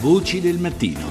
Voci del mattino.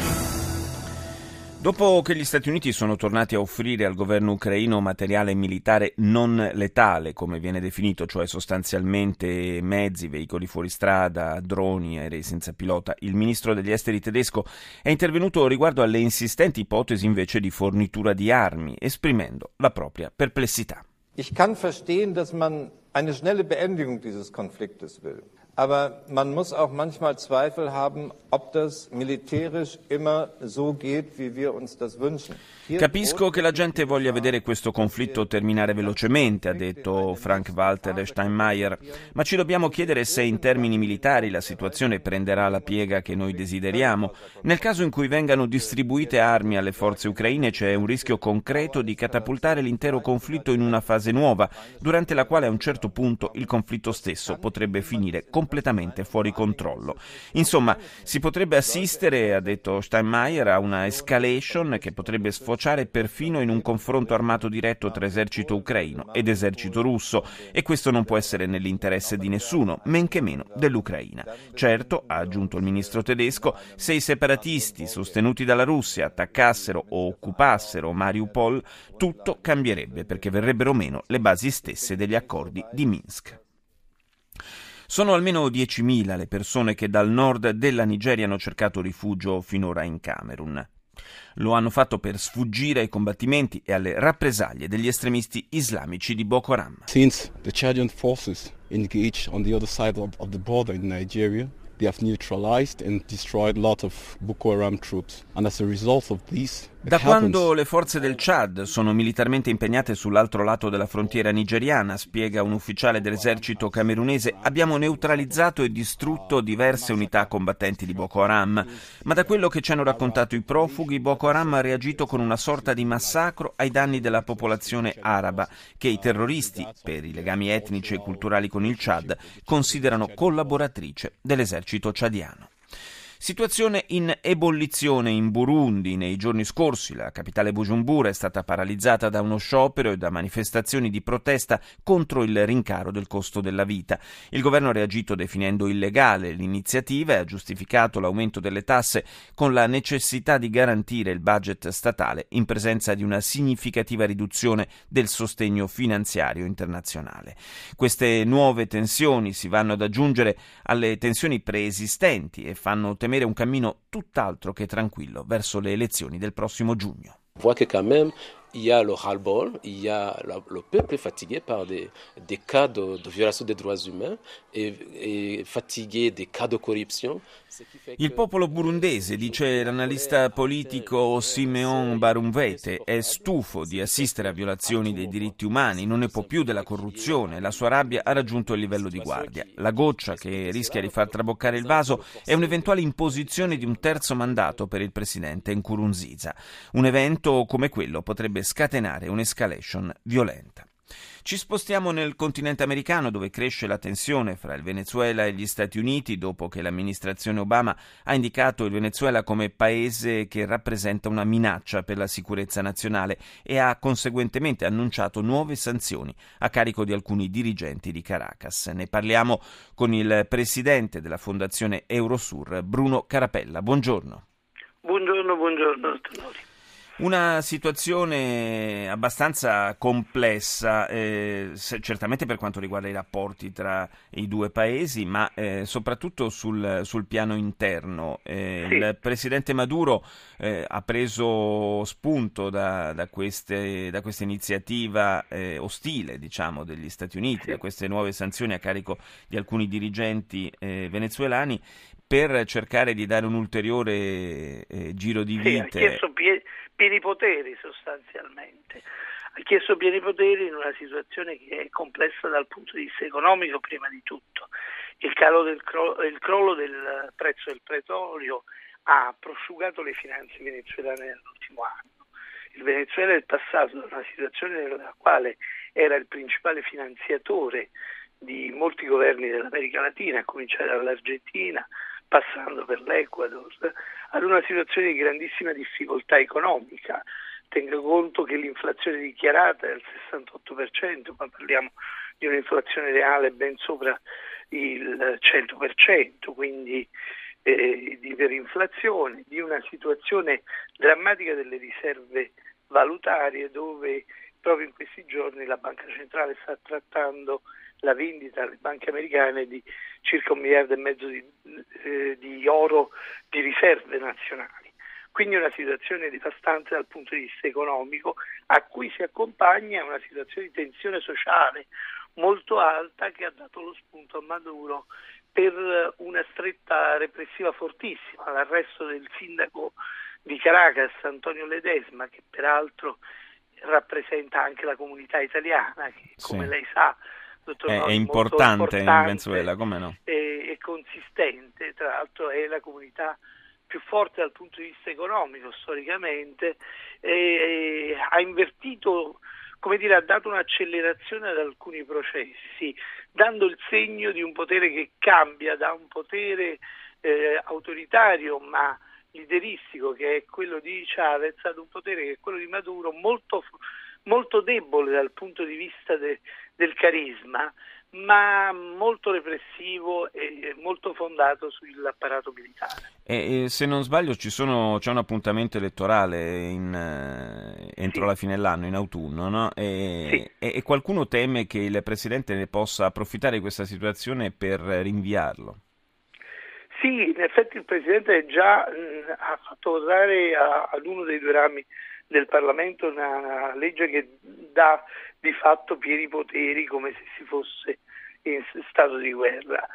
Dopo che gli Stati Uniti sono tornati a offrire al governo ucraino materiale militare non letale, come viene definito, cioè sostanzialmente mezzi, veicoli fuoristrada, droni, aerei senza pilota, il ministro degli esteri tedesco è intervenuto riguardo alle insistenti ipotesi invece di fornitura di armi, esprimendo la propria perplessità. Ich kann verstehen, dass man eine schnelle Beendigung dieses Konfliktes will. Aber man muss auch manchmal Zweifel haben, ob das militärisch immer so geht, wie wir uns das wünschen. Capisco che la gente voglia vedere questo conflitto terminare velocemente, ha detto Frank-Walter Steinmeier, ma ci dobbiamo chiedere se in termini militari la situazione prenderà la piega che noi desideriamo. Nel caso in cui vengano distribuite armi alle forze ucraine c'è un rischio concreto di catapultare l'intero conflitto in una fase nuova, durante la quale a un certo punto il conflitto stesso potrebbe finire completamente fuori controllo. Insomma, si potrebbe assistere, ha detto Steinmeier, a una escalation che potrebbe sfociare perfino in un confronto armato diretto tra esercito ucraino ed esercito russo, e questo non può essere nell'interesse di nessuno, men che meno dell'Ucraina. Certo, ha aggiunto il ministro tedesco, se i separatisti sostenuti dalla Russia attaccassero o occupassero Mariupol, tutto cambierebbe perché verrebbero meno le basi stesse degli accordi di Minsk. Sono almeno 10.000 le persone che dal nord della Nigeria hanno cercato rifugio finora in Camerun. Lo hanno fatto per sfuggire ai combattimenti e alle rappresaglie degli estremisti islamici di Boko Haram. Since the Chadian forces engaged on the other side of the border in Nigeria, they have neutralized and destroyed a lot of Boko Haram troops. And as a result of this, da quando le forze del Chad sono militarmente impegnate sull'altro lato della frontiera nigeriana, spiega un ufficiale dell'esercito camerunese, abbiamo neutralizzato e distrutto diverse unità combattenti di Boko Haram. Ma da quello che ci hanno raccontato i profughi, Boko Haram ha reagito con una sorta di massacro ai danni della popolazione araba, che i terroristi, per i legami etnici e culturali con il Chad, considerano collaboratrice dell'esercito ciadiano. Situazione in ebollizione in Burundi. Nei giorni scorsi la capitale Bujumbura è stata paralizzata da uno sciopero e da manifestazioni di protesta contro il rincaro del costo della vita. Il governo ha reagito definendo illegale l'iniziativa e ha giustificato l'aumento delle tasse con la necessità di garantire il budget statale in presenza di una significativa riduzione del sostegno finanziario internazionale. Queste nuove tensioni si vanno ad aggiungere alle tensioni preesistenti e fanno temere un cammino tutt'altro che tranquillo verso le elezioni del prossimo giugno. On voit que quand même il y a le ras-le-bol, il y a le peuple est fatigué par des cas de violation des droits humains et fatigué des cas de corruption. Il popolo burundese, dice l'analista politico Simeon Barumvete, è stufo di assistere a violazioni dei diritti umani, non ne può più della corruzione, la sua rabbia ha raggiunto il livello di guardia. La goccia che rischia di far traboccare il vaso è un'eventuale imposizione di un terzo mandato per il presidente Nkurunziza. Un evento come quello potrebbe scatenare un'escalation violenta. Ci spostiamo nel continente americano, dove cresce la tensione fra il Venezuela e gli Stati Uniti dopo che l'amministrazione Obama ha indicato il Venezuela come paese che rappresenta una minaccia per la sicurezza nazionale e ha conseguentemente annunciato nuove sanzioni a carico di alcuni dirigenti di Caracas. Ne parliamo con il presidente della Fondazione Eurosur, Bruno Carapella. Buongiorno. Buongiorno Tonori. Una situazione abbastanza complessa, certamente per quanto riguarda i rapporti tra i due paesi, ma soprattutto sul piano interno. Sì. Il presidente Maduro ha preso spunto da questa iniziativa ostile, diciamo, degli Stati Uniti, sì, da queste nuove sanzioni a carico di alcuni dirigenti venezuelani, per cercare di dare un ulteriore giro di vite. Sì, ha chiesto pieni poteri sostanzialmente. Ha chiesto pieni poteri in una situazione che è complessa dal punto di vista economico prima di tutto. Il crollo del prezzo del petrolio ha prosciugato le finanze venezuelane nell'ultimo anno. Il Venezuela è passato da una situazione nella quale era il principale finanziatore di molti governi dell'America Latina, a cominciare dall'Argentina, passando per l'Ecuador, ad una situazione di grandissima difficoltà economica. Tenga conto che l'inflazione dichiarata è al 68%, ma parliamo di un'inflazione reale ben sopra il 100%, quindi di iperinflazione, di una situazione drammatica delle riserve valutarie, dove proprio in questi giorni la Banca Centrale sta trattando la vendita alle banche americane di circa 1,5 miliardi di oro di riserve nazionali. Quindi una situazione devastante dal punto di vista economico, a cui si accompagna una situazione di tensione sociale molto alta, che ha dato lo spunto a Maduro per una stretta repressiva fortissima, l'arresto del sindaco di Caracas, Antonio Ledesma, che peraltro rappresenta anche la comunità italiana, che come lei sa, dottor Noli, è importante in Venezuela, come no? E consistente, tra l'altro è la comunità più forte dal punto di vista economico storicamente, ha invertito, come dire, ha dato un'accelerazione ad alcuni processi, dando il segno di un potere che cambia da un potere autoritario ma lideristico, che è quello di Chavez, ad un potere che è quello di Maduro, molto, molto debole dal punto di vista del carisma, ma molto repressivo e molto fondato sull'apparato militare. E se non sbaglio c'è un appuntamento elettorale entro la fine dell'anno, in autunno, no? E qualcuno teme che il Presidente ne possa approfittare di questa situazione per rinviarlo? Sì, in effetti il Presidente già ha fatto votare ad uno dei due rami del Parlamento una legge che dà di fatto pieni poteri, come se si fosse in stato di guerra.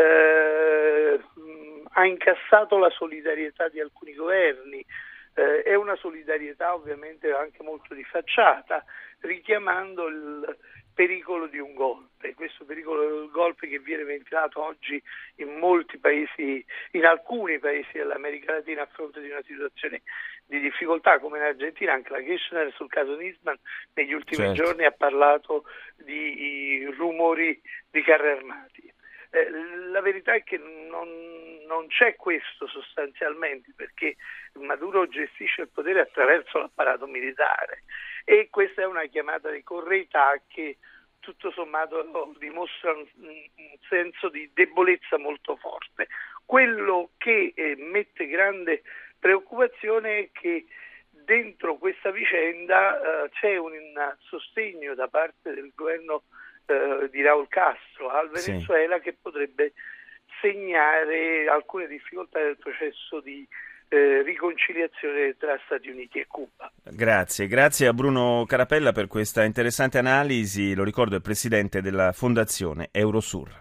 Ha incassato la solidarietà di alcuni governi, è una solidarietà ovviamente anche molto di facciata, richiamando il pericolo di un golpe, questo pericolo del golpe che viene ventilato oggi in molti paesi, in alcuni paesi dell'America Latina, a fronte di una situazione di difficoltà come in Argentina. Anche la Kirchner sul caso Nisman negli ultimi giorni ha parlato di rumori di carri armati. La verità è che non c'è questo sostanzialmente, perché Maduro gestisce il potere attraverso l'apparato militare, e questa è una chiamata di correità che tutto sommato dimostra un senso di debolezza molto forte. Quello che mette grande preoccupazione è che dentro questa vicenda c'è un sostegno da parte del governo di Raúl Castro al Venezuela, che potrebbe segnare alcune difficoltà del processo di riconciliazione tra Stati Uniti e Cuba. Grazie a Bruno Carapella per questa interessante analisi. Lo ricordo, è presidente della Fondazione Eurosur.